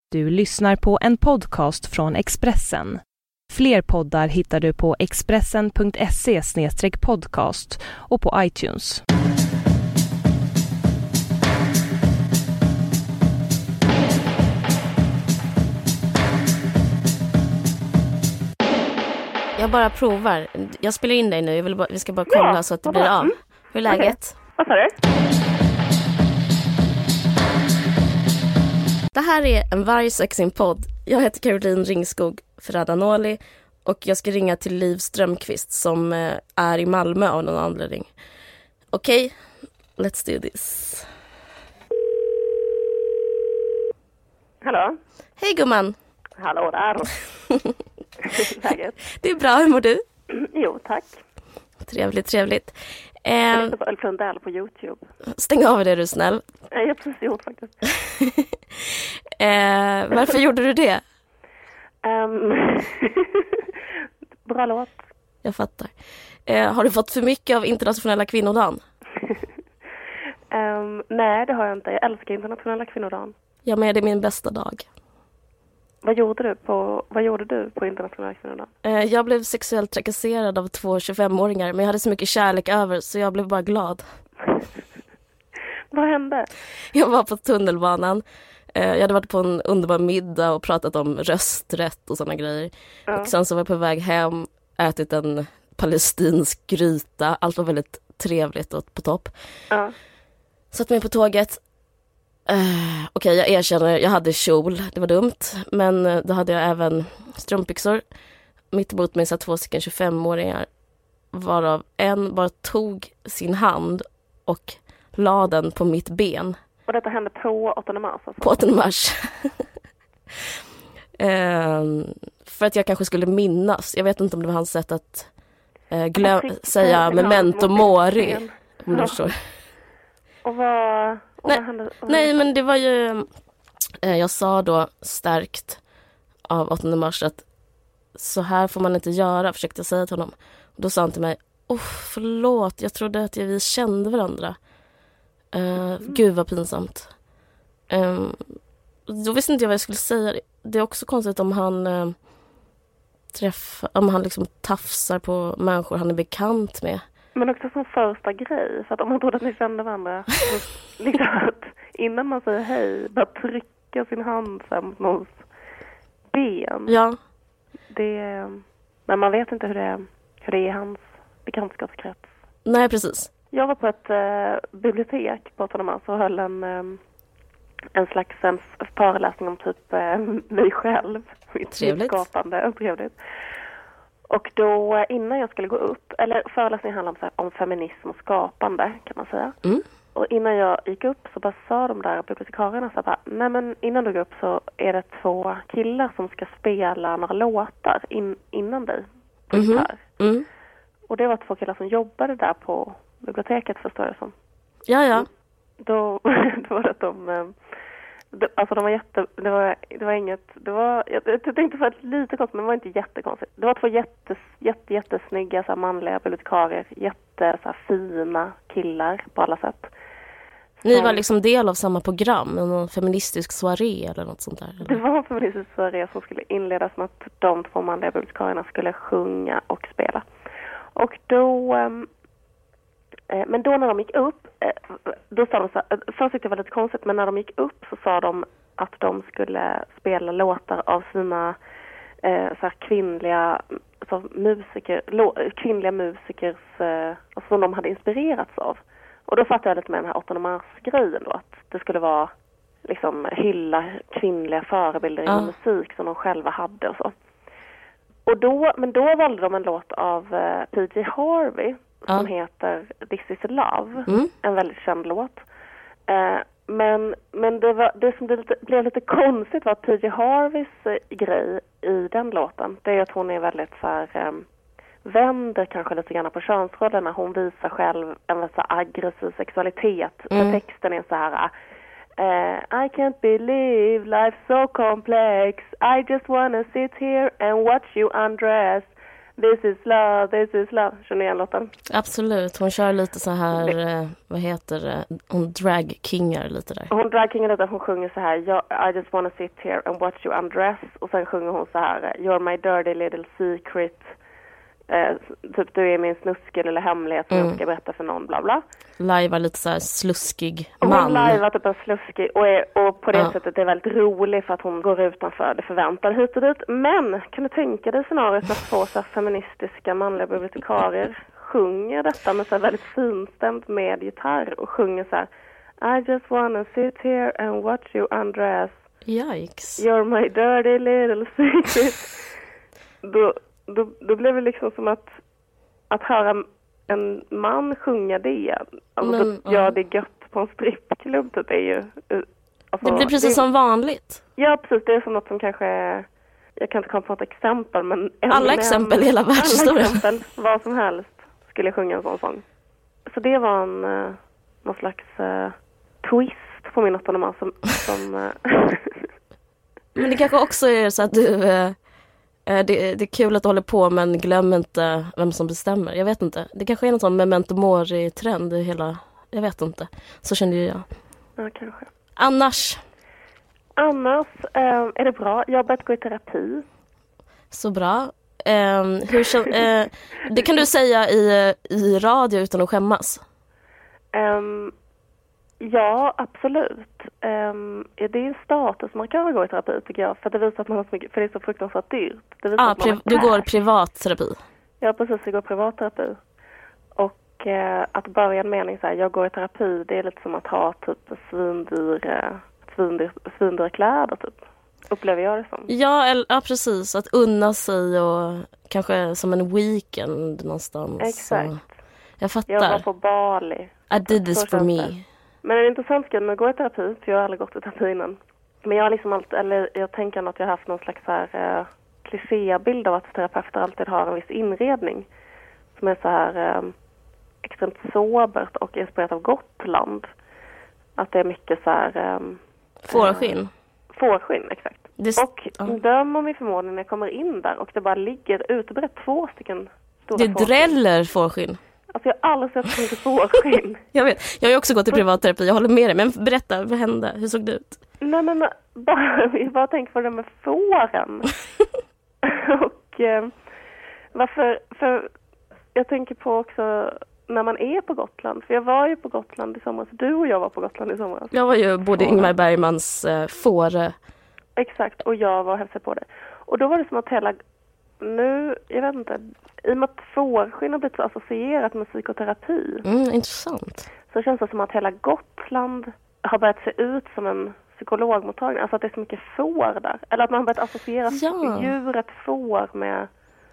Du lyssnar på en podcast från Expressen. Fler poddar hittar du på expressen.se/podcast och på iTunes. Jag bara provar. Jag spelar in dig nu. Vi ska bara kolla så att det blir av. Hur är läget? Vad sa du? Det här är en Vargsexing-podd. Jag heter Caroline Ringskog Ferrada-Noli och jag ska ringa till Liv Strömqvist som är i Malmö av någon anledning. Okej, let's do this. Hallå? Hej gumman. Hallå där. Läget? Det är bra, hur mår du? Jo, tack. Trevligt. Jag lyssnar på Ulf Lundell på YouTube. Stäng av det, är du snäll. Jag har precis gjort faktiskt. Varför gjorde du det? Bra låt. Jag fattar. Har du fått för mycket av internationella kvinnodagen? Nej, det har jag inte. Jag älskar internationella kvinnodagen. Ja, men det är min bästa dag. Vad gjorde du på internationella kvinnodagen? Jag blev sexuellt trakasserad av 2 25-åringar, men jag hade så mycket kärlek över så jag blev bara glad. Vad hände? Jag var på tunnelbanan. Jag hade varit på en underbar middag och pratat om rösträtt och sådana grejer. Ja. Och sen så var jag på väg hem, ätit en palestinsk gryta. Allt var väldigt trevligt och på topp. Ja. Satt mig på tåget. Okej, jag erkänner, jag hade kjol. Det var dumt. Men då hade jag även strumpbyxor. Mitt emot mig satt 2 25-åringar. Varav en bara tog sin hand och la den på mitt ben. Och detta hände på 8 mars? Alltså. På 8 mars. För att jag kanske skulle minnas. Jag vet inte om det var hans sätt att säga memento mori. Om du förstår. Och vad hände? Nej, men det var ju... jag sa då stärkt av 8 mars att så här får man inte göra, försökte jag säga till honom. Och då sa han till mig, förlåt, jag trodde att vi kände varandra. Gud vad pinsamt. Då visste inte jag vad jag skulle säga. Det är också konstigt om han om han liksom tafsar på människor han är bekant med. Men också som första grej. För att om man trodde att ni kände varandra liksom att innan man säger hej bara trycka sin hand mot någons ben. Ja. Men man vet inte hur det är i hans bekantskapskrets. Nej, precis. Jag var på ett bibliotek på 8 mars och höll en slags föreläsning om typ mig själv. Mitt skapande. Trevligt. Och då innan jag skulle gå upp, eller föreläsningen handlar om feminism och skapande kan man säga. Mm. Och innan jag gick upp så bara sa de där bibliotekarierna så bara, nej men innan du går upp så är det 2 killar som ska spela några låtar innan dig på gitarr. Mm. Och det var 2 killar som jobbade där på biblioteket, förstår jag som. Ja. Då var det att de var jag tänkte för lite konstigt, men det var inte jättekonstigt. Det var 2 jättesnygga så här, manliga bibliotekarier, så här, fina killar på alla sätt. Ni var liksom del av samma program, någon feministisk soaré eller något sånt där? Eller? Det var en feministisk soaré som skulle inledas med att de 2 manliga bibliotekarierna skulle sjunga och spela. Och då... Men då när de gick upp, då sa de så här, först tyckte det var lite konstigt, men när de gick upp så sa de att de skulle spela låtar av sina så här, kvinnliga musikers som de hade inspirerats av. Och då fattade jag lite med den här 8 mars-grejen då, att det skulle vara liksom hylla kvinnliga förebilder inom musik som de själva hade och så. Men då valde de en låt av PJ Harvey som heter This is Love. En väldigt känd låt. Men det som blev lite konstigt var att PJ Harveys grej i den låten. Det är att hon är väldigt så här, vänder kanske lite grann på könsrollerna. Hon visar själv en så aggressiv sexualitet. För texten är så här... I can't believe life's so complex. I just wanna sit here and watch you undress. This is love, this is love. Känner ni igen låten? Absolut, hon kör lite så här, vad heter det? Hon drag-kingar lite där. Hon drag-kingar lite, hon sjunger så här, I just wanna sit here and watch you undress. Och sen sjunger hon så här, you're my dirty little secret. Typ du är min snuske eller hemlighet som jag ska berätta för någon, bla bla. Lajvar lite så här sluskig man. Hon lajvar typ en sluskig och på det sättet är väldigt rolig för att hon går utanför det förväntade hit och dit. Men kan du tänka dig scenariot när två så feministiska manliga bibliotekarier sjunger detta med så här väldigt finstämt med gitarr och sjunger så här, I just wanna sit here and watch you undress. Yikes. You're my dirty little secret. Då blev det liksom som att höra en man sjunga det. Alltså gör det gött på en strippklubb typ är ju... Alltså, det blir precis som vanligt. Ja, precis. Det är som något som kanske... Jag kan inte komma på ett exempel, men... Alla exempel i hela världshistorien. Alla exempel, vad som helst, skulle sjunga en sån sång. Så det var någon slags twist på min 8 mars som Men det kanske också är så att du... Det är kul att du håller på, men glöm inte vem som bestämmer. Jag vet inte. Det kanske är någon sån memento mori-trend i hela... Jag vet inte. Så kände ju jag. Ja, kanske. Annars är det bra. Jag har börjat gå i terapi. Så bra. Det kan du säga i radio utan att skämmas? Ja, absolut. Det är en status man kan gå i terapi tycker jag. För det visar att man har så mycket, för det är så fruktansvärt dyrt. Det visar att man du går privat terapi? Ja, precis. Jag går privat terapi. Och att börja en mening så här, jag går i terapi, det är lite som att ha typ svindyra kläder typ. Upplever jag det som. Ja, precis. Att unna sig och kanske som en weekend någonstans. Exakt. Så. Jag fattar. Jag var på Bali. I did this for me. Men en intressant grej med att gå i terapi, för jag har aldrig gått i terapi innan. Men jag har liksom jag tänker att jag har haft någon slags så här klichébild av att terapeuter alltid har en viss inredning. Som är så här extremt sobert och inspirerat av Gotland. Att det är mycket så här... Fårskinn. Fårskinn, exakt. Och döm om vi förmodligen när jag kommer in där och det bara ligger utbrett 2 stycken stora fårskinn. Det dräller fårskinn. Alltså jag har aldrig sett så mycket fårskinn. Jag vet, jag har ju också gått i privatterapi, jag håller med dig. Men berätta, vad hände? Hur såg det ut? Nej men, bara tänk på det med fåren. Och varför, för jag tänker på också när man är på Gotland. För jag var ju på Gotland i somras. Du och jag var på Gotland i somras. Jag var ju både Ingmar Bergmans fåre. Exakt, och jag var och hälsade på det. Och då var det som att hela... Nu, jag vet inte, i och med att fårskinn har blivit så associerat med psykoterapi. Intressant. Så känns det som att hela Gotland har börjat se ut som en psykologmottagning. Alltså att det är så mycket får där. Eller att man har börjat associera djuret får med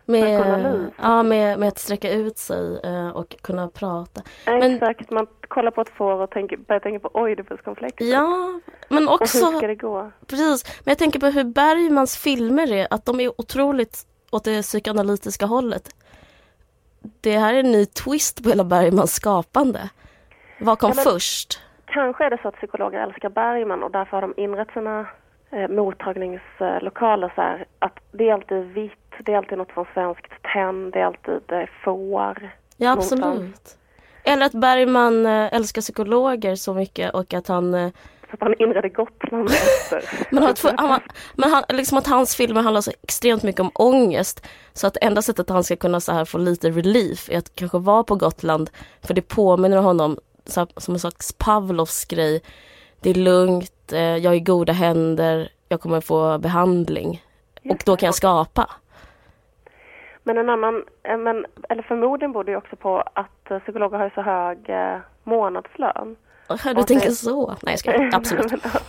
att sträcka ut sig och kunna prata. Exakt, man kollar på ett får och börjar tänka på Oidipuskonflikten. Ja, men också... Och hur ska det gå? Precis, men jag tänker på hur Bergmans filmer är. Att de är otroligt åt det psykoanalytiska hållet. Det här är en ny twist på hela Bergmans skapande. Vad kom först? Kanske är det så att psykologer älskar Bergman och därför har de inrett sina mottagningslokaler så här, att det är alltid vitt, det är alltid något från svenskt tenn, det är alltid får. Ja, absolut. Eller att Bergman älskar psykologer så mycket och att han... Så att han inredde Gotland efter. men liksom att hans filmer handlar så extremt mycket om ångest. Så att enda sättet att han ska kunna så här få lite relief är att kanske vara på Gotland. För det påminner honom så här, som en slags Pavlovs grej. Det är lugnt, jag är i goda händer, jag kommer få behandling. Och då kan jag skapa. Men eller förmodligen borde ju också på att psykologer har så hög månadslön. Du tänker så? Nej, jag ska absolut.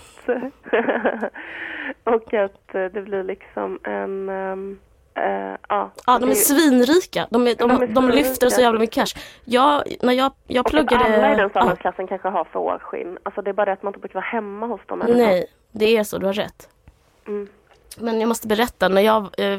Och att det blir liksom en... de är svinrika. De lyfter så jävla mycket cash. När jag pluggade... Alla i den samhällsklassen kanske har fårskinn. Alltså det är bara det att man inte brukar vara hemma hos dem. Nej, det är så. Du har rätt. Men jag måste berätta när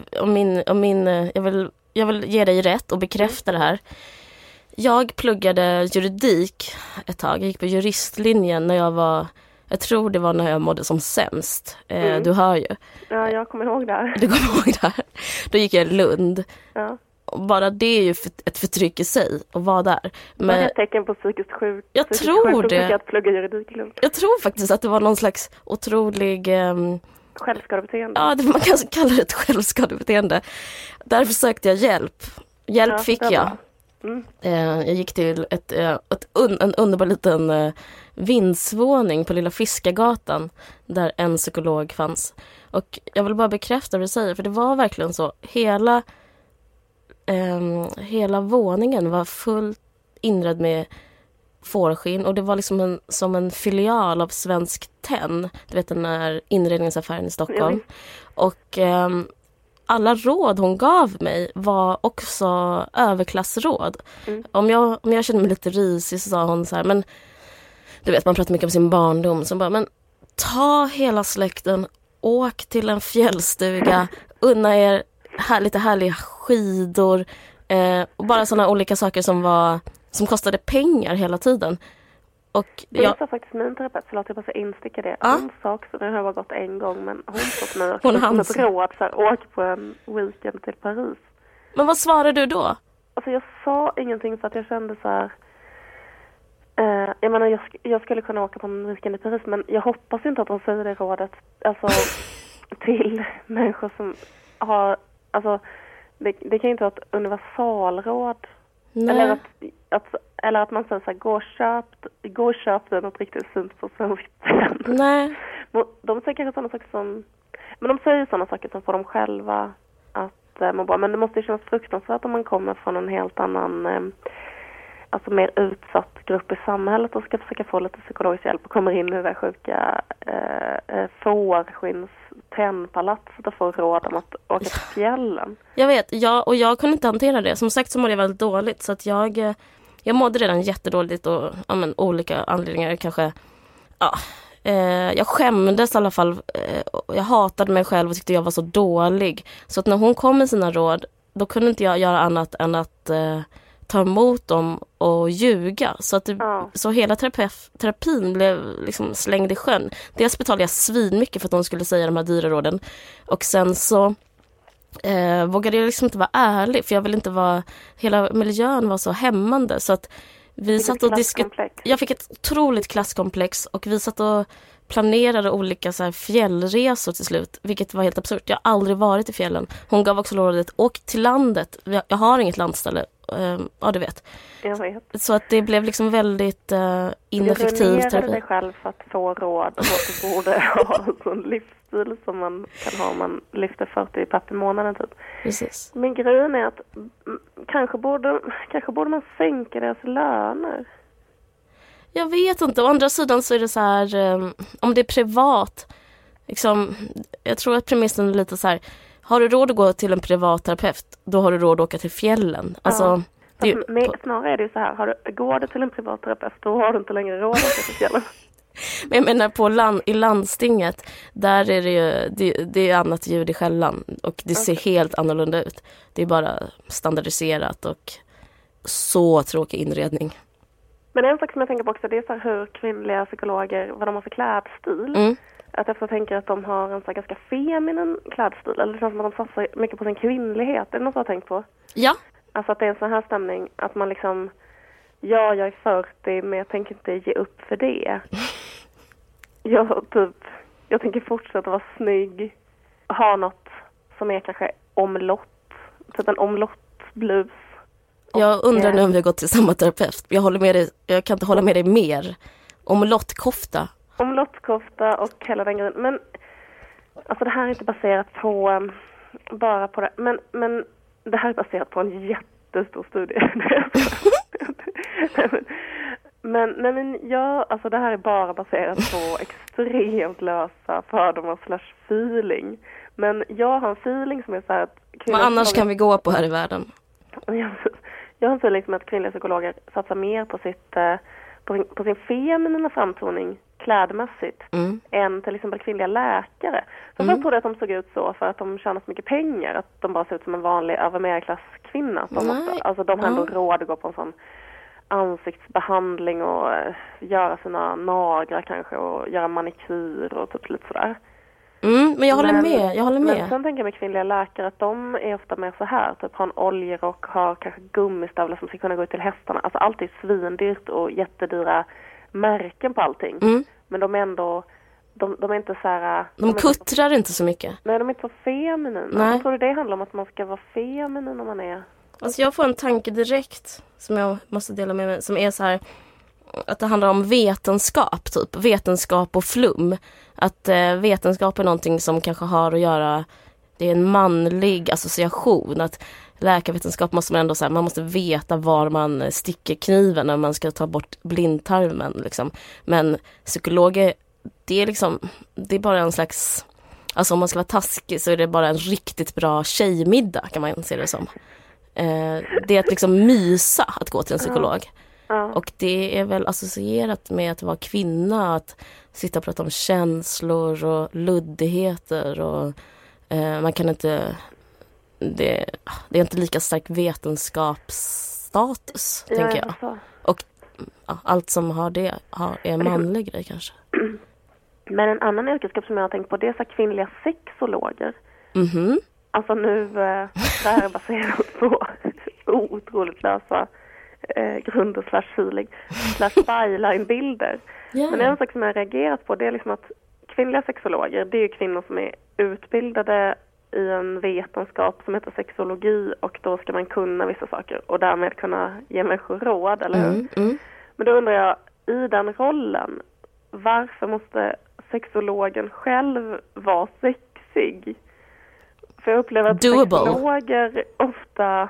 jag vill ge dig rätt och bekräfta det här. Jag pluggade juridik ett tag. Jag gick på juristlinjen när jag tror det var när jag mådde som sämst. Du hör ju. Ja, jag kommer ihåg det här. Du kommer ihåg det här. Då gick jag i Lund. Ja. Och bara det är ju ett förtryck i sig att vara där. Men det är ett tecken på psykiskt sjuk. Jag tror det. Att plugga juridiklund. Jag tror faktiskt att det var någon slags otrolig... självskadebeteende. Ja, man kan kalla det ett självskadebeteende. Därför sökte jag hjälp. Hjälp fick jag. Jag gick till en underbar liten vindsvåning på Lilla Fiskargatan där en psykolog fanns. Och jag vill bara bekräfta vad du säger, för det var verkligen så. Hela våningen var fullt inredd med fårskinn och det var liksom som en filial av Svensk Tenn. Du vet den här inredningsaffären i Stockholm. Och alla råd hon gav mig var också överklassråd. Om jag kände mig lite risig så sa hon så här, men du vet man pratar mycket om sin barndom, så bara, men ta hela släkten, åk till en fjällstuga, unna er lite härliga skidor och bara sådana olika saker som kostade pengar hela tiden. Och jag sa faktiskt min terapeut, förlåt jag bara så insticka det. Hon sa också, det har bara gått en gång, men hon sa till mig också som ett råd, så här, åk på en weekend till Paris. Men vad svarade du då? Alltså jag sa ingenting för att jag kände så här. Jag skulle kunna åka på en weekend i Paris, men jag hoppas inte att de säger det rådet alltså, till människor som har, alltså det kan ju inte vara ett universalråd. Nej. Eller att man säger så här, gå och köp det något riktigt fint på Svensk Tenn. Nej. De säger kanske sådana saker men de säger sådana saker som får dem själva att må bra. Men det måste ju kännas fruktansvärt om man kommer från en helt annan alltså mer utsatt grupp i samhället och ska försöka få lite psykologisk hjälp och kommer in i det där sjuka fårskins tennpalatset och får råd om att åka till fjällen. Jag vet, jag kunde inte hantera det. Som sagt så mådde jag väldigt dåligt, så att jag mådde redan jättedåligt och olika anledningar kanske. Jag skämdes i alla fall. Jag hatade mig själv och tyckte jag var så dålig. Så att när hon kom med sina råd, då kunde inte jag göra annat än att ta emot dem och ljuga. Så hela terapin blev liksom slängd i sjön. Dels betalade jag svinmycket för att de skulle säga de här dyra råden. Och sen så vågade jag liksom inte vara ärlig, för jag ville inte vara, hela miljön var så hämmande, så att vi satt och jag fick ett otroligt klasskomplex och vi satt och planerade olika så här fjällresor till slut, vilket var helt absurt. Jag har aldrig varit i fjällen. Hon gav också rådet, åk till landet. Jag har inget landställe. Ja, du vet. Jag vet. Så att det blev liksom väldigt ineffektivt. Du ruinerade dig själv för att få råd och att du borde ha en sån livsstil som man kan ha om man lyfter 40 papp i månaden typ. Precis. Men grejen är att kanske borde man sänka deras löner. Jag vet inte. Å andra sidan så är det så här, om det är privat, liksom, jag tror att premissen är lite så här, har du råd att gå till en privat terapeut, då har du råd att åka till fjällen. Alltså, snarare är det ju så här, går du till en privat terapeut, då har du inte längre råd att åka till fjällen. Men jag menar i landstinget, där är det ju, det är annat ljud i skällan och det ser helt annorlunda ut. Det är bara standardiserat och så tråkig inredning. Men en sak som jag tänker på också, det är så här hur kvinnliga psykologer, vad de har för klädstil. Att jag tänker att de har en så ganska feminin klädstil. Eller det känns som att de satsar mycket på sin kvinnlighet. Är det något du har tänkt på? Ja. Alltså att det är en sån här stämning att man liksom, jag är 40 men jag tänker inte ge upp för det. Jag tänker fortsätta vara snygg. Ha något som är kanske omlott. Typ en omlottblus. Jag undrar nu om vi har gått till samma terapeut. Jag kan inte hålla med dig mer. Omlottkofta. Omlottkofta och hela den grejen. Men alltså det här är inte baserat på bara på det. Men det här är baserat på en jättestor studie. Alltså det här är bara baserat på extremt lösa fördomar / feeling. Men jag har en feeling som är så här att vad annars kan vi gå på här i världen? Jag har en feeling som att kvinnliga psykologer satsar mer på på sin feminina framtoning klädmässigt än till exempel kvinnliga läkare. Så jag trodde att de såg ut så för att de tjänar så mycket pengar, att de bara ser ut som en vanlig övermedelklasskvinna. Alltså de har ändå råd att gå på en sån ansiktsbehandling och göra sina naglar kanske och göra manikyr och typ lite sådär. Men jag håller med. Men sen tänker jag med kvinnliga läkare att de är ofta mer så här, typ har en oljerock, har kanske gummistövlar som ska kunna gå ut till hästarna. Alltså allt är svindyrt och jättedyra märken på allting. Men de är ändå, de är inte så här... De kuttrar inte så mycket. Nej, de är inte så feminina. Jag tror det handlar om att man ska vara feminin när man är... Alltså jag får en tanke direkt som jag måste dela med mig, som är så här att det handlar om vetenskap typ. Vetenskap och flum. Att vetenskap är någonting som kanske har att göra, det är en manlig association. Att läkarvetenskap måste man ändå säga, man måste veta var man sticker kniven när man ska ta bort blindtarmen liksom. Men psykologer, det är liksom, det är bara en slags, alltså om man ska vara taskig så är det bara en riktigt bra tjejmiddag kan man se det som. Det är att liksom mysa att gå till en psykolog. Och det är väl associerat med att vara kvinna, att sitta och prata om känslor och luddigheter och man kan inte, det är inte lika stark vetenskapsstatus tänker jag. Och allt som har det är en manlig grej kanske. Men en annan yrkesgrupp som jag har tänkt på, det är så kvinnliga sexologer. Alltså nu det här är baserat på otroligt lösa grunder /feeling /byline-bilder. Men en sak som jag har reagerat på, det är liksom att kvinnliga sexologer, det är ju kvinnor som är utbildade i en vetenskap som heter sexologi, och då ska man kunna vissa saker och därmed kunna ge människor råd, eller hur? Men då undrar jag, i den rollen, varför måste sexologen själv vara sexig? För jag upplever att sexologer ofta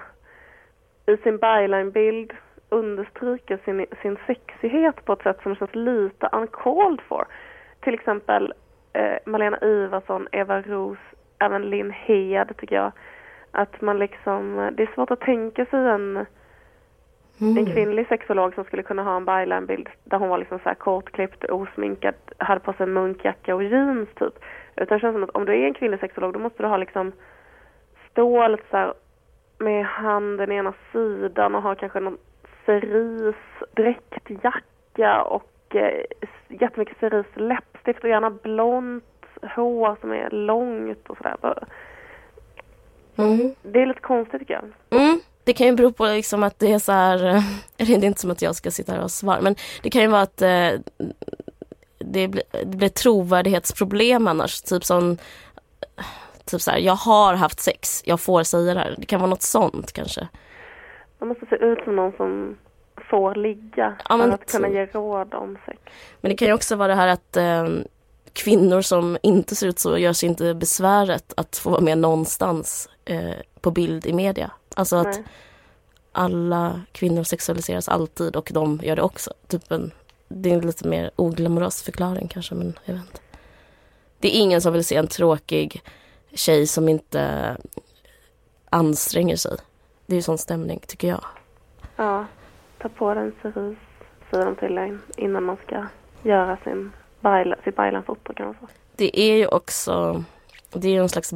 i sin byline-bild understryker sin sexighet på ett sätt som känns lite uncalled for. Till exempel Malena Ivarsson, Eva Ros, även Linn Hed tycker jag. Att man liksom, det är svårt att tänka sig en kvinnlig sexolog som skulle kunna ha en byline-bild där hon var liksom så här kortklippt, osminkad, hade på sig en munkjacka och jeans typ. Utan det känns som att om du är en kvinnlig sexolog, då måste du ha liksom stå lite så här med handen i ena sidan och ha kanske någon cerise-dräktjacka och jättemycket cerise-läppstift och gärna blont hår som är långt och sådär. Det är lite konstigt tycker jag. Det kan ju bero på liksom att det är så här, det är inte som att jag ska sitta här och svara, men det kan ju vara att det blir trovärdighetsproblem annars, typ som typ så här, jag har haft sex, jag får säga det här. Det kan vara något sånt kanske. Man måste se ut som någon som får ligga för att kunna ge råd om sex. Men det kan ju också vara det här att kvinnor som inte ser ut så gör sig inte besväret att få vara med någonstans på bild i media. Alltså att alla kvinnor sexualiseras alltid och de gör det också. Typ det är en lite mer oglamorös förklaring kanske, men jag vet inte. Det är ingen som vill se en tråkig tjej som inte anstränger sig. Det är ju sån stämning tycker jag. Ja, ta på den cerise, säger de till en innan man ska göra sitt byline-foto kan man säga. Det är ju också, det är ju en slags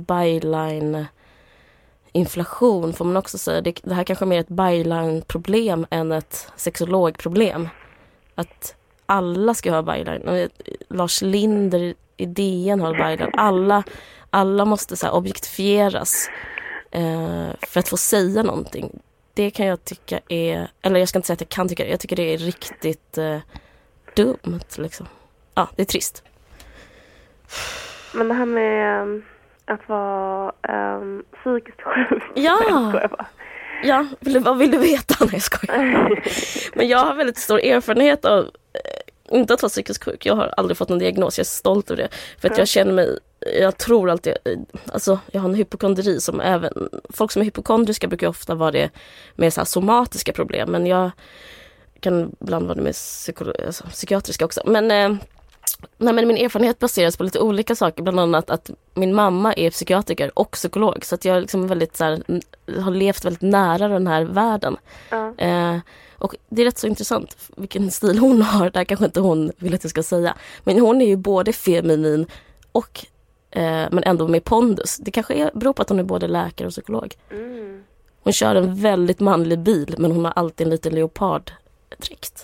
byline-inflation får man också säga. Det här kanske är mer ett byline-problem än ett sexologproblem. Att alla ska ha byline. Lars Linder i DN har byline. Alla måste så här objektifieras för att få säga någonting. Det kan jag tycka är, eller jag ska inte säga att jag kan tycka det, jag tycker det är riktigt dumt liksom. Ja, det är trist. Men det här med att vara psykiskt sjuk. Ja, vad vill du veta? Nej, jag skojar. Men jag har väldigt stor erfarenhet av inte att vara psykiskt sjuk. Jag har aldrig fått någon diagnos, jag är stolt över det. För att jag känner mig, jag tror alltid, alltså jag har en hypokondri som även, folk som är hypokondriska brukar ofta vara det med så här somatiska problem. Men jag kan ibland vara det med psykiatriska också. Men min erfarenhet baseras på lite olika saker. Bland annat att min mamma är psykiatriker och psykolog. Så att jag liksom väldigt, så här, har levt väldigt nära den här världen. Och det är rätt så intressant vilken stil hon har. Där kanske inte hon vill att jag ska säga. Men hon är ju både feminin och men ändå med pondus. Det kanske beror på att hon är både läkare och psykolog. Hon kör en väldigt manlig bil, men hon har alltid en liten leoparddräkt.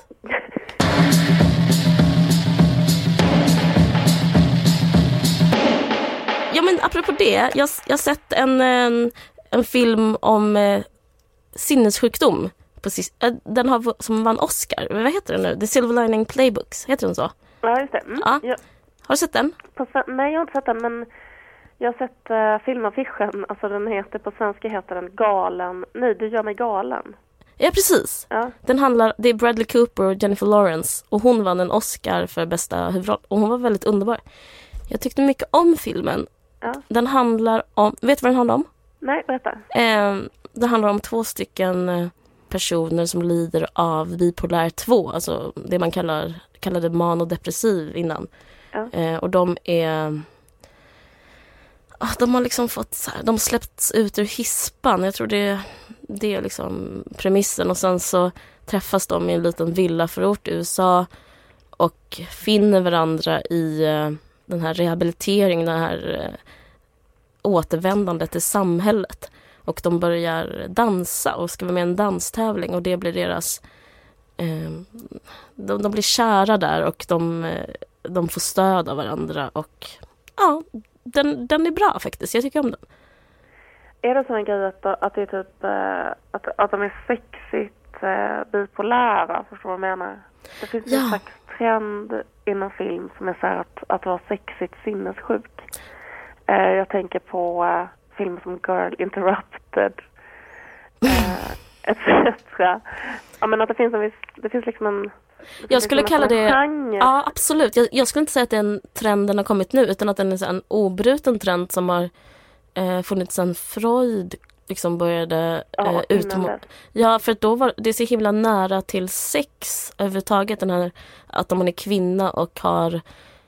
apropå det, jag har sett en film om sinnessjukdom. Den som vann Oscar. Vad heter den nu? The Silver Lining Playbooks. Heter den så? Ja, just det. Ja. Har du sett den? Nej, jag har inte sett den, men jag har sett filmaffischen. Alltså den heter, på svenska heter den Galen. Nej, du gör mig galen. Ja, precis. Ja. Det är Bradley Cooper och Jennifer Lawrence. Och hon vann en Oscar för bästa huvudroll. Och hon var väldigt underbar. Jag tyckte mycket om filmen. Ja. Den handlar om... Vet du vad den handlar om? Nej, berätta. Det handlar om 2 stycken personer som lider av bipolär 2. Alltså det man kallade manodepressiv innan. Ja. Och de har liksom fått så här, de släppts ut ur hispan. Jag tror det är liksom premissen. Och sen så träffas de i en liten villaförort i USA och finner varandra i den här rehabiliteringen, den här återvändandet till samhället. Och de börjar dansa och ska vara med i en danstävling, och det blir deras... De blir kära där, och de får stöd av varandra. Och ja, den är bra faktiskt. Jag tycker om den. Är det så en grej att det är typ att de är sexigt bipolära, förstår du vad jag menar? Det finns en slags trend inom film som är så här att vara sexigt sinnessjuk. Jag tänker på filmer som Girl Interrupted etc. Ja, men att det finns liksom en... Jag skulle kalla det... genre. Ja, absolut. Jag skulle inte säga att den trenden har kommit nu, utan att den är en obruten trend som har funnits sedan Freud liksom började Ja, för då var det så himla nära till sex överhuvudtaget, den här att om man är kvinna och har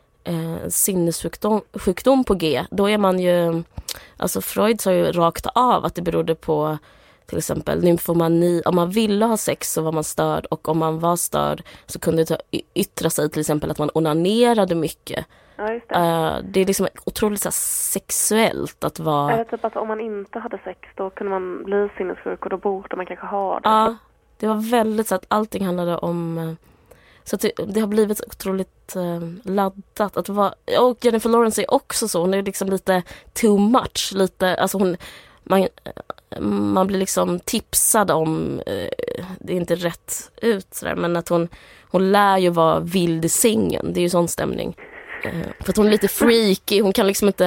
sinnessjukdom på G, då är man ju, alltså Freud sa ju rakt av att det berodde på till exempel nymfomani. Om man ville ha sex så var man störd, och om man var störd så kunde det yttra sig till exempel att man onanerade mycket. Ja, just det. Det är liksom otroligt så här sexuellt att vara... Eller typ att om man inte hade sex då kunde man bli sinnessjuk, och då borde man kanske ha det. Ja, det var väldigt så att allting handlade om... Så att det har blivit otroligt laddat att vara... Och Jennifer Lawrence är också så. Hon är liksom lite too much. Lite, alltså man blir liksom tipsad om... det är inte rätt ut sådär, men att hon lär ju vara vild i sängen. Det är ju sån stämning. För att hon är lite freaky. Hon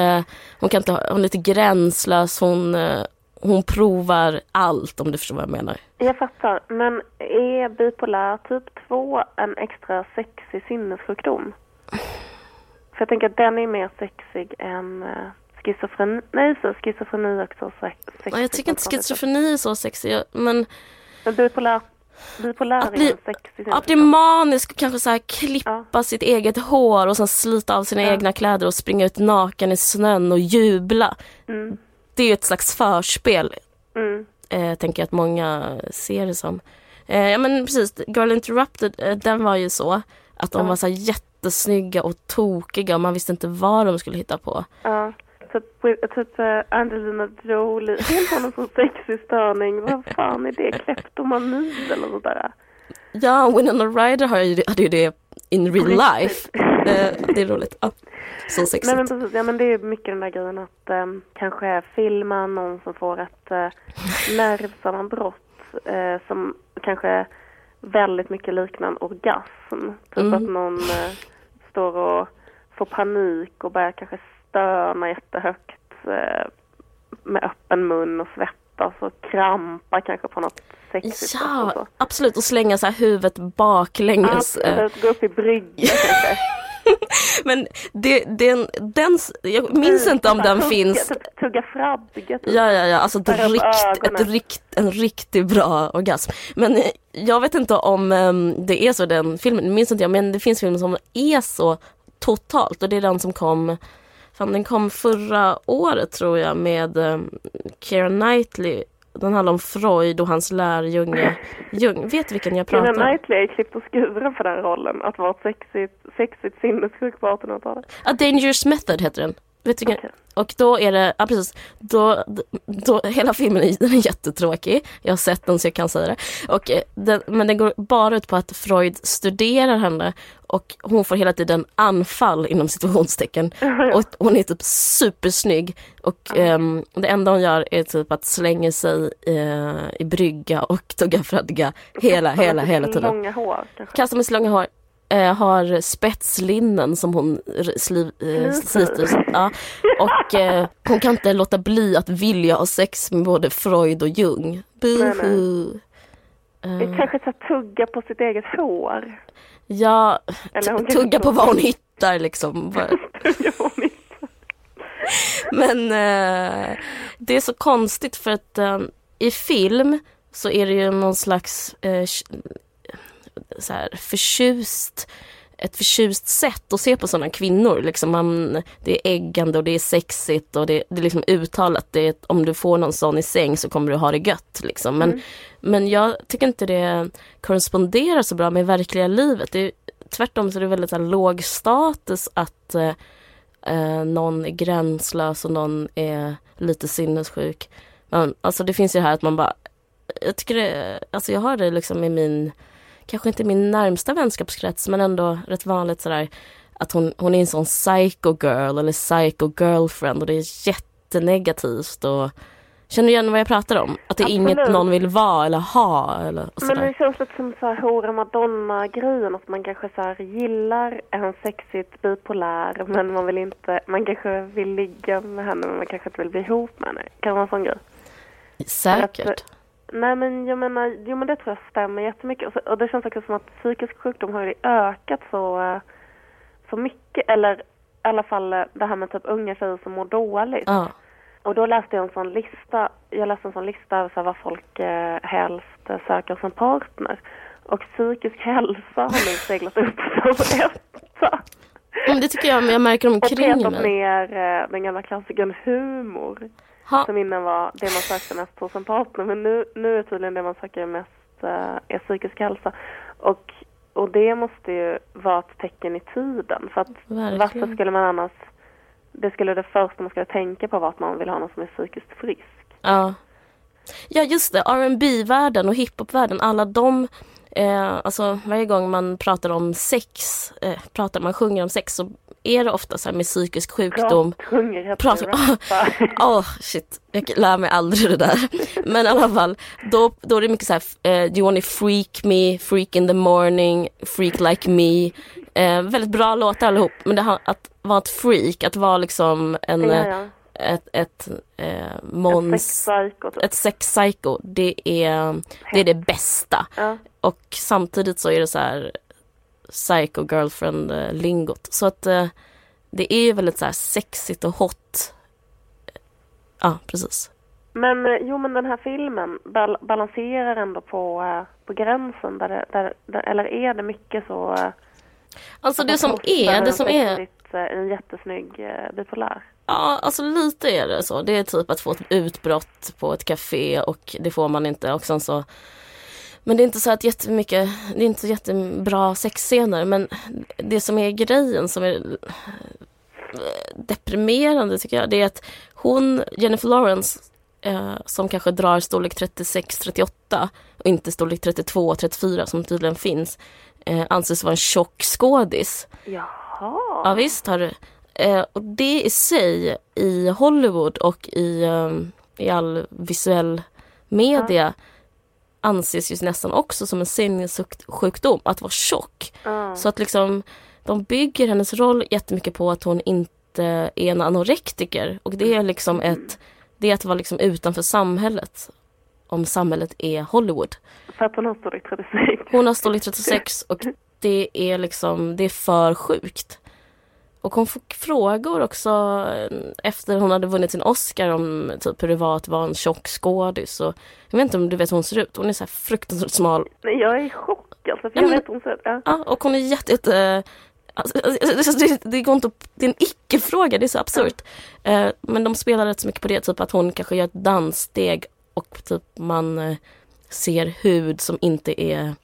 är lite gränslös. Hon provar allt, om du förstår vad jag menar. Jag fattar, men är bipolär typ 2 en extra sexig sinnessjukdom? För jag tänker att den är mer sexig än schizofreni. Nej, så schizofreni är också sexig. Jag tycker inte schizofreni är så sexig, men bipolär att bli manisk och kanske så här klippa sitt eget hår och sen slita av sina egna kläder och springa ut naken i snön och jubla. Mm. Det är ju ett slags förspel. Tänker jag att många ser det som. Ja, men precis, Girl Interrupted, den var ju så att de var så här jättesnygga och tokiga och man visste inte vad de skulle hitta på. Ja. Typ Angelina Jolie, helt har någon sån sexig störning. Vad fan är det? Kleptomani eller något där? Ja, Winona Ryder hade ju det in real life. Det är roligt. Ja, så sexigt. Nej, men precis, ja, men det är mycket den där grejen att kanske filma någon som får ett nervsammanbrott som kanske väldigt mycket liknar en orgasm. Typ att någon står och får panik och börjar kanske stöna jättehögt med öppen mun och svettas och krampa kanske på något sexigt. Ja, absolut. Och slänga så här huvudet baklänges. Absolut, gå upp i brygga kanske. Men jag minns inte om den finns. Tugga frabbiga. Ja, alltså en riktigt bra orgasm. Men jag vet inte om det är så den filmen, minns inte jag, men det finns filmer som är så totalt, och det är den som kom. Den kom förra året tror jag med Keira Knightley. Den handlar om Freud och hans lärjunge Jung. Vet du vilken jag pratar om? Keira Knightley är klippt och skuren för den rollen. Att vara sexigt sinnessjuk på 1800-talet. A Dangerous Method heter den. Vet du, okay. Och då är det, ja precis, då hela filmen är jättetråkig. Jag har sett den så jag kan säga det. Och men den går bara ut på att Freud studerar henne och hon får hela tiden anfall inom situationstecken. Och hon är typ supersnygg och det enda hon gör är typ att slänga sig i brygga och tugga fradga hela tiden. Långa hår kanske. Kastar med långa hår. Har spetslinnen som hon sliter. Ja. Och hon kan inte låta bli att vilja ha sex med både Freud och Jung. Buhu. Kanske så tugga på sitt eget hår. Ja, tugga på vad hon hittar liksom. Men det är så konstigt för att i film så är det ju någon slags så här ett förtjust sätt att se på sådana kvinnor liksom det är äggande och det är sexigt och det är liksom uttalat om du får någon sån i säng så kommer du ha det gött liksom. Men jag tycker inte det korresponderar så bra med verkliga livet. Tvärtom så är det väldigt så här, låg status att någon är gränslös och någon är lite sinnessjuk. Men, alltså det finns ju här att man bara jag tycker det, alltså jag har det liksom i min kanske inte min närmsta vänskapskrets men ändå rätt vanligt sådär att hon är en sån psycho girl eller psycho girlfriend och det är jättenegativt och känner du igen vad jag pratar om? Att det är inget någon vill vara eller ha eller sådär. Men det känns lite som så här hora Madonna-grejen att man kanske så här gillar en sexigt bipolär men man kanske vill ligga med henne men man kanske inte vill bli ihop med henne. Kan det vara en sån grej? Säkert. Nej men jag menar, men det tror jag stämmer jättemycket. Och det känns också som att psykisk sjukdom har ju ökat så mycket. Eller i alla fall det här med typ unga tjejer som mår dåligt. Och då läste jag en sån lista. Jag läste en sån lista över så vad folk helst söker som partner. Och psykisk hälsa har nu seglat upp som etta. Det tycker jag, men jag märker omkring mig. Och petat ner den gamla klassikern humor. Som innan var det man sökte mest på som partner. Men nu är tydligen det man söker mest är psykisk hälsa. Och det måste ju vara ett tecken i tiden. För att varför skulle man annars... Det första man skulle tänka på var att man vill ha någon som är psykiskt frisk. Ja just det. R&B-världen och hiphop-världen. Alla de... alltså varje gång man pratar om sex... man sjunger om sex så... är det ofta så här med psykisk sjukdom. Shit. Jag lär mig aldrig det där. Men i alla fall, då är det mycket så här you wanna freak me, freak in the morning, freak like me. Väldigt bra låtar allihop. Men det att vara ett freak, att vara liksom ett sexpsycho, det är det bästa. Ja. Och samtidigt så är det så här psycho girlfriend lingot. Så att det är ju väldigt så här sexigt och hot. Ja, precis. Men den här filmen balanserar ändå på gränsen där eller är det mycket så alltså det som är en jättesnygg bipolär. Ja, alltså lite är det så. Det är typ att få ett utbrott på ett café och det får man inte och sen så. Men det är inte så att jättemycket, det är inte jättebra sexscener, men det som är grejen som är deprimerande tycker jag, det är att Jennifer Lawrence, som kanske drar storlek 36-38 och inte storlek 32-34 som tydligen finns, anses vara en tjock skådis. Jaha. Ja visst har du. Och det i sig i Hollywood och i all visuell media anses ju nästan också som en sinnessjukdom att vara tjock. Så att liksom de bygger hennes roll jättemycket på att hon inte är en anorektiker. Och det är liksom det är att vara liksom utanför samhället. Om samhället är Hollywood. För att hon har storlek 36. Hon har storlek 36 och det är liksom, det är för sjukt. Och hon fick frågor också efter hon hade vunnit sin Oscar om typ hur det var att vara en tjock skådis. Och jag vet inte om du vet hur hon ser ut. Hon är så här fruktansvärt smal. Nej, jag är i chock alltså, för jag vet hon ser ut. Ja, och hon är det går inte, det är en icke-fråga, det är så absurt. Men de spelar rätt så mycket på det, typ att hon kanske gör ett danssteg och typ man ser hud som inte är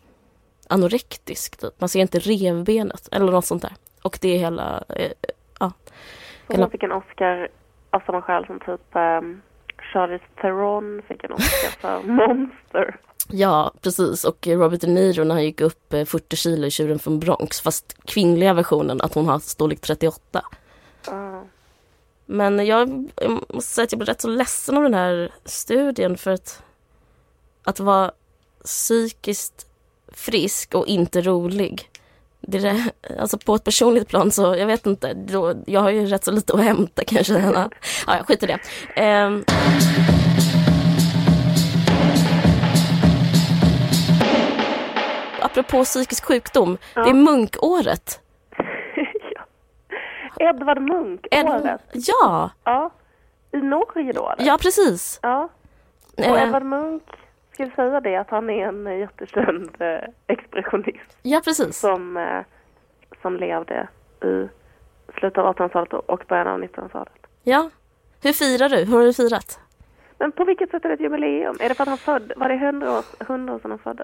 anorektisk. Typ. Man ser inte revbenet eller något sånt där. Och det är hela... Så hon fick en Oscar av samma skäl som typ Charlize Theron fick en Oscar för Monster. Ja, precis. Och Robert De Niro när han gick upp 40 kilo i Tjuren från Bronx. Fast kvinnliga versionen att hon har storlek 38. Men jag måste säga att jag blev rätt så ledsen av den här studien. För att vara psykiskt frisk och inte rolig. Alltså på ett personligt plan så, jag vet inte. Jag har ju rätt så lite att hämta kanske. Ja, jag skiter i det. Apropå psykisk sjukdom, det är munkåret. Ja. Edvard Munch-året. Ja. Ja. I Norge då, eller? Ja, precis. Ja. Och Edvard Munch, ska vi säga det, att han är en jättekänd expressionist. Ja, precis. Som levde i slutet av 1800-talet och början av 1900-talet. Ja. Hur firar du? Hur har du firat? Men på vilket sätt är det ett jubileum? Är det för att var det 100 år sedan han föddes?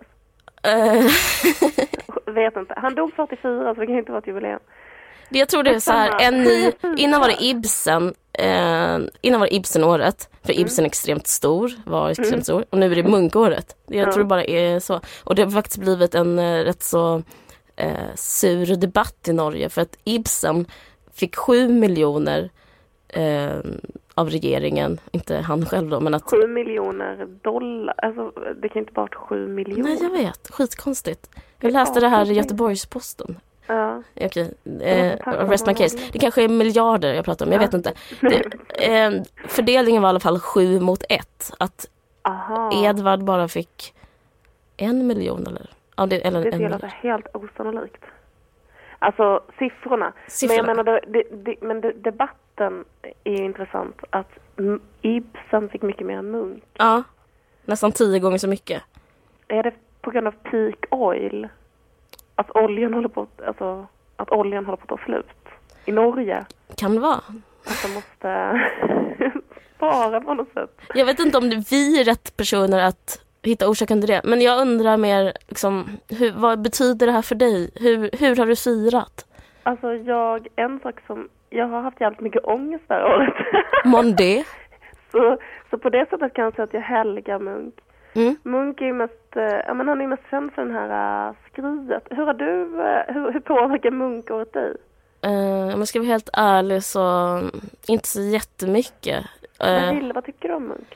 Vet inte. Han dog 44, så det kan inte vara ett jubileum. Jag tror det är så här, innan var det Ibsen. Innan var det Ibsen-året. För Ibsen är extremt stor. Och nu är det Munkåret. Jag tror det bara är så. Och det har faktiskt blivit en rätt så sur debatt i Norge. För att Ibsen fick 7 miljoner av regeringen. Inte han själv då, men att... 7 miljoner dollar. Alltså, det kan inte bara vara 7 miljoner. Nej, jag vet. Skitkonstigt. Jag läste det här i Göteborgs-Posten. Ja. Okej. Rest my case. Det kanske är miljarder jag pratar om. Jag vet inte. Fördelningen var i alla fall 7-1. Att Edvard bara fick 1 miljon eller... Ja, det är helt osannolikt. Alltså siffrorna. Men jag menar, debatten är ju intressant. Att Ibsen fick mycket mer än Munch. Ja, nästan 10 gånger så mycket. Är det på grund av peak oil? Att oljan håller på att ta slut i Norge? Kan det vara. Att de måste spara på något sätt. Jag vet inte om vi är rätt personer att hitta orsaken till det. Men jag undrar mer, liksom, vad betyder det här för dig? Hur har du firat? Alltså en sak som... Jag har haft jävligt mycket ångest det här året. Månde? Så på det sättet kan jag säga att jag helgar Munch. Munch är ju mest... han är mest känd för den här skriet. Hur påverkar Munch-året dig? Om jag ska vara helt ärlig så inte så jättemycket. Vad tycker du om Munch?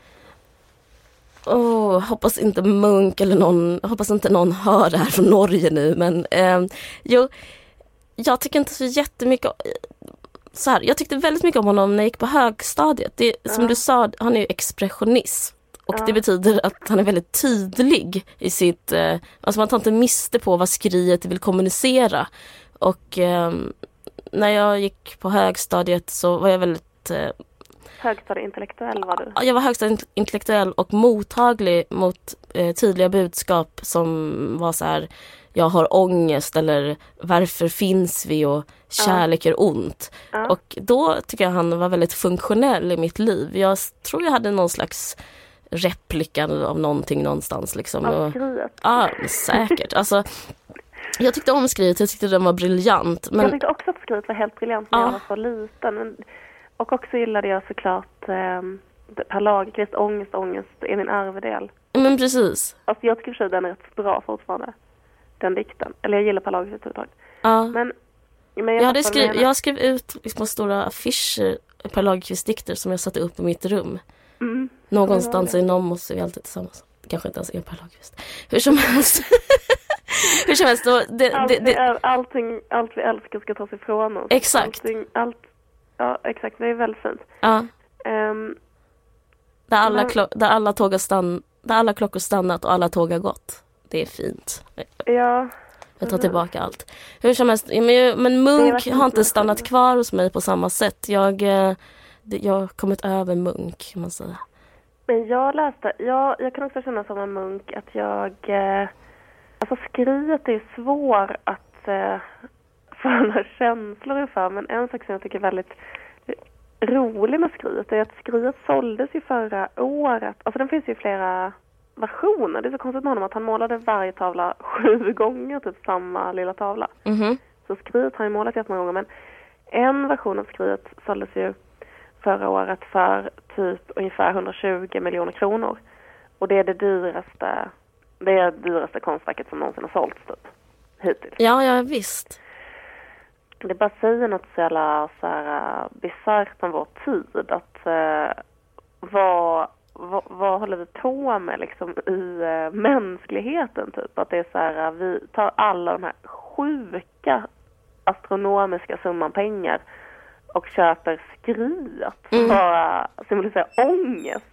Hoppas inte Munch eller hoppas inte någon hör det här från Norge nu, men jag tycker inte så jättemycket så här. Jag tyckte väldigt mycket om honom när jag gick på högstadiet. Som du sa, han är ju expressionist. Och det betyder att han är väldigt tydlig i sitt... alltså man tar inte miste på vad skriet vill kommunicera. Och när jag gick på högstadiet så var jag väldigt... högstadieintellektuell var du? Jag var högstadieintellektuell och mottaglig mot tydliga budskap som var så här: jag har ångest, eller varför finns vi, och kärlek är ont. Och då tycker jag han var väldigt funktionell i mitt liv. Jag tror jag hade någon slags replika av någonting någonstans. Liksom. Av skriet? Ja, säkert. Alltså, jag tyckte om skriet, jag tyckte den var briljant. Men... Jag tyckte också att skriet var helt briljant när jag var så liten. Och också gillade jag såklart Per Lagerkvist, ångest är min arvedel. Men precis. Alltså jag tycker att den är rätt bra fortfarande. Den dikten. Eller jag gillar Per Lagerkvist överhuvudtaget. Ja. Men jag skrev ut liksom stora affischer Per Lagerkvist dikter som jag satte upp i mitt rum. Någonstans i någon måste vi alltid tillsammans. Kanske inte ens är Per Lagerkvist. Hur som helst. Då, allt vi älskar ska tas ifrån oss. Exakt. Ja, exakt. Det är väldigt fint. Ja. Där alla klockor stannat och alla tåg har gått. Det är fint. Ja. Jag tar tillbaka allt. Hur som helst, men Munch har inte stannat kvar hos mig på samma sätt. Jag har kommit över Munch, kan man säga. Men jag kan också känna som en Munch att alltså skriet är svår att få några känslor för, men en sak som jag tycker är väldigt rolig med skriet är att skriet såldes ju förra året. Alltså den finns ju flera versioner. Det är så konstigt med honom att han målade varje tavla 7 gånger, typ samma lilla tavla. Så skriet har han målat jättemånga gånger, men en version av skriet såldes ju förra året för typ ungefär 120 miljoner kronor. Och det är det dyraste konstverket som någonsin har sålts typ, hittills. Ja, visst. Det bara säger något så jävla så här bisarrt om vår tid. Att vad håller vi på med liksom i mänskligheten typ? Att det är så här, vi tar alla de här sjuka astronomiska summan pengar och köper skriet som bara symboliserar ångest.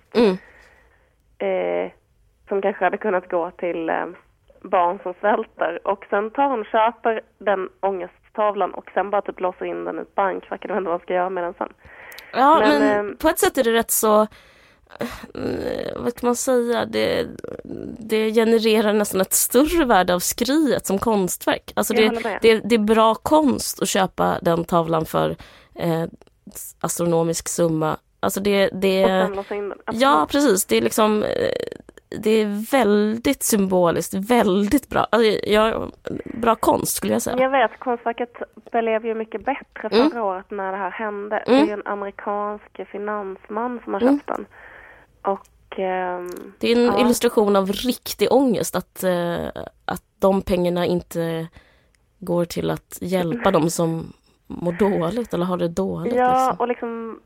Som kanske hade kunnat gå till barn som svälter. Och sen tar hon och köper den ångesttavlan och sen bara typ låser in den i ett bankfack. Jag vet inte vad man ska göra med den sen. Ja, men på ett sätt är det rätt så... vad kan man säga? Det genererar nästan ett större värde av skriet som konstverk. Alltså det är bra konst att köpa den tavlan för astronomisk summa. Alltså ja, precis. Det är liksom det är väldigt symboliskt, väldigt bra. Alltså, bra konst skulle jag säga. Jag vet, konstverket blev ju mycket bättre förra året när det här hände. Det är ju en amerikansk finansman som har köpt den. Och, det är en illustration av riktig ångest att de pengarna inte går till att hjälpa dem som mår dåligt eller har det dåligt. Ja, liksom. Och liksom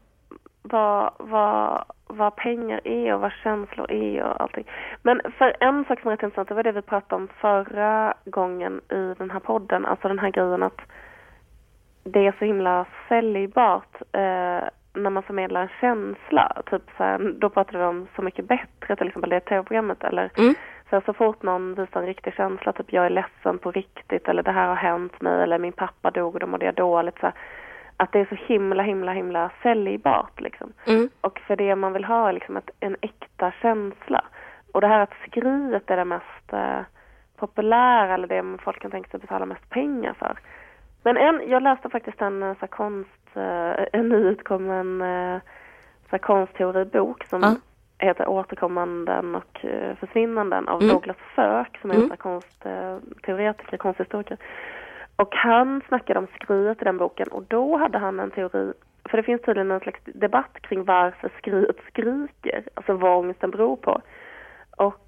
vad pengar är och vad känslor är och allting. Men för en sak som är rätt intressant, det var det vi pratade om förra gången i den här podden. Alltså den här grejen att det är så himla säljbart när man förmedlar en känsla. Typ så här, då pratar vi om Så mycket bättre, till exempel det tv-programmet. Eller så fort någon visar en riktig känsla, typ jag är ledsen på riktigt, eller det här har hänt mig, eller min pappa dog och då mådde jag dåligt. Så här, att det är så himla säljbart liksom. Och för det man vill ha är liksom en äkta känsla. Och det här att skriet är det mest populära, eller det folk kan tänka sig betala mest pengar för. Men jag läste faktiskt en nyutkommen konstteoribok som heter Återkommanden och försvinnanden av Douglas Firk, som är en konstteoretiker, konsthistoriker. Och han snackade om skriet i den boken, och då hade han en teori, för det finns tydligen en slags debatt kring varför skriet skriker, alltså vad ångesten beror på. Och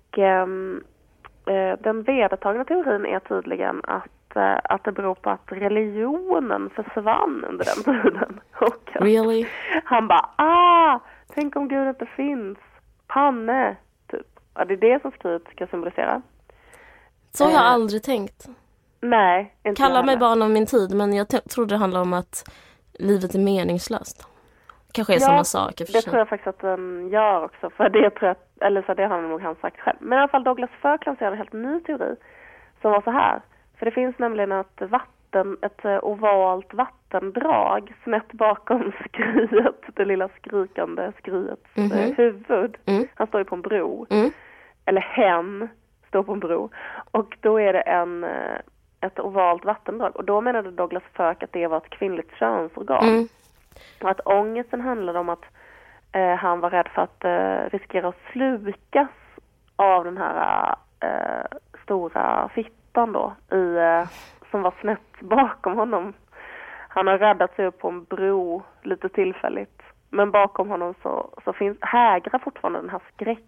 den vedertagna teorin är tydligen att det beror på att religionen försvann under den tiden. Och really? Han bara, tänk om Gud inte finns. Panne, typ. Ja, det är det som skriet ska symbolisera. Så har jag aldrig tänkt. Nej, inte. Kalla mig barn av min tid, men jag trodde det handlade om att livet är meningslöst. Kanske är samma sak. Det tror jag faktiskt att den gör också. För det tror jag, eller så det har nog han sagt själv. Men i alla fall Douglas Firk lanserade en helt ny teori som var så här. För det finns nämligen ett ovalt vattendrag snett bakom skriet, det lilla skrikande skriets huvud. Han står ju på en bro. Eller hen står på en bro. Och då är det ett ovalt vattendrag. Och då menade Douglas Firk att det var ett kvinnligt könsorgan. Och att ångesten handlade om att han var rädd för att riskera att slukas av den här stora fittan då, som var snett bakom honom. Han har räddat sig upp på en bro lite tillfälligt. Men bakom honom så hägrar fortfarande den här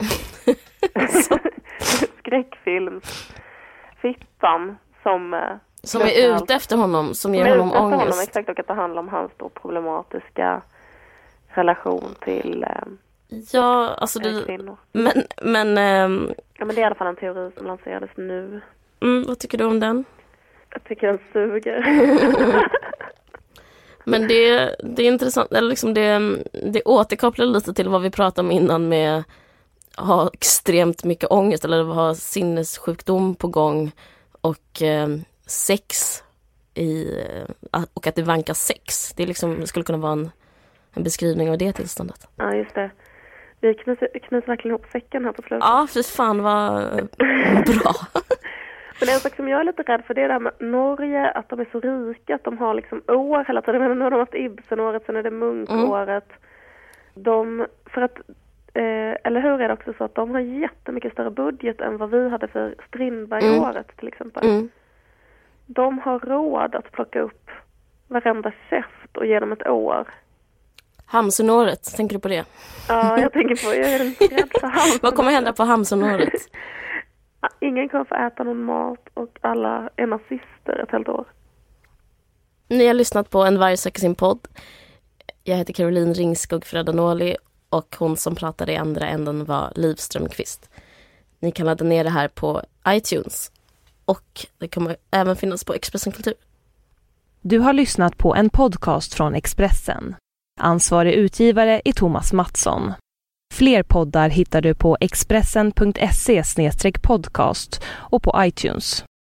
skräckfilmsfittan som är ute efter honom, som ger honom ångest. Exakt, och att det handlar om hans då problematiska relation till kvinnor. Men det är i alla fall en teori som lanserades nu. Vad tycker du om den? Jag tycker den suger. Men det är intressant, eller liksom det återkopplar lite till vad vi pratade om innan med ha extremt mycket ångest eller ha sinnessjukdom på gång och sex och att det vankas sex. Det liksom skulle kunna vara en beskrivning av det tillståndet. Ja, just det. Vi knyter verkligen ihop säcken här på slutet. Ja, för fan vad bra. Men en sak som jag är lite rädd för, det är det här med Norge, att de är så rika, att de har liksom år hela tiden. Men nu har de haft Ibsen-året, sen är det Munkåret. Eller hur är det också så att de har jättemycket större budget än vad vi hade för Strindberg-året till exempel. De har råd att plocka upp varenda käft och genom ett år. Hamsunåret, tänker du på det? Ja, jag tänker på, jag är rädd för Hamsun. Vad kommer hända på Hamsunåret? Ingen kommer få äta någon mat och alla är nazister ett helt år. Ni har lyssnat på En varg söker sin podd. Jag heter Caroline Ringskog Fredanoli och hon som pratade i andra änden var Liv Strömqvist. Ni kan ladda ner det här på iTunes och det kommer även finnas på Expressen Kultur. Du har lyssnat på en podcast från Expressen. Ansvarig utgivare är Thomas Mattsson. Fler poddar hittar du på expressen.se/podcast och på iTunes.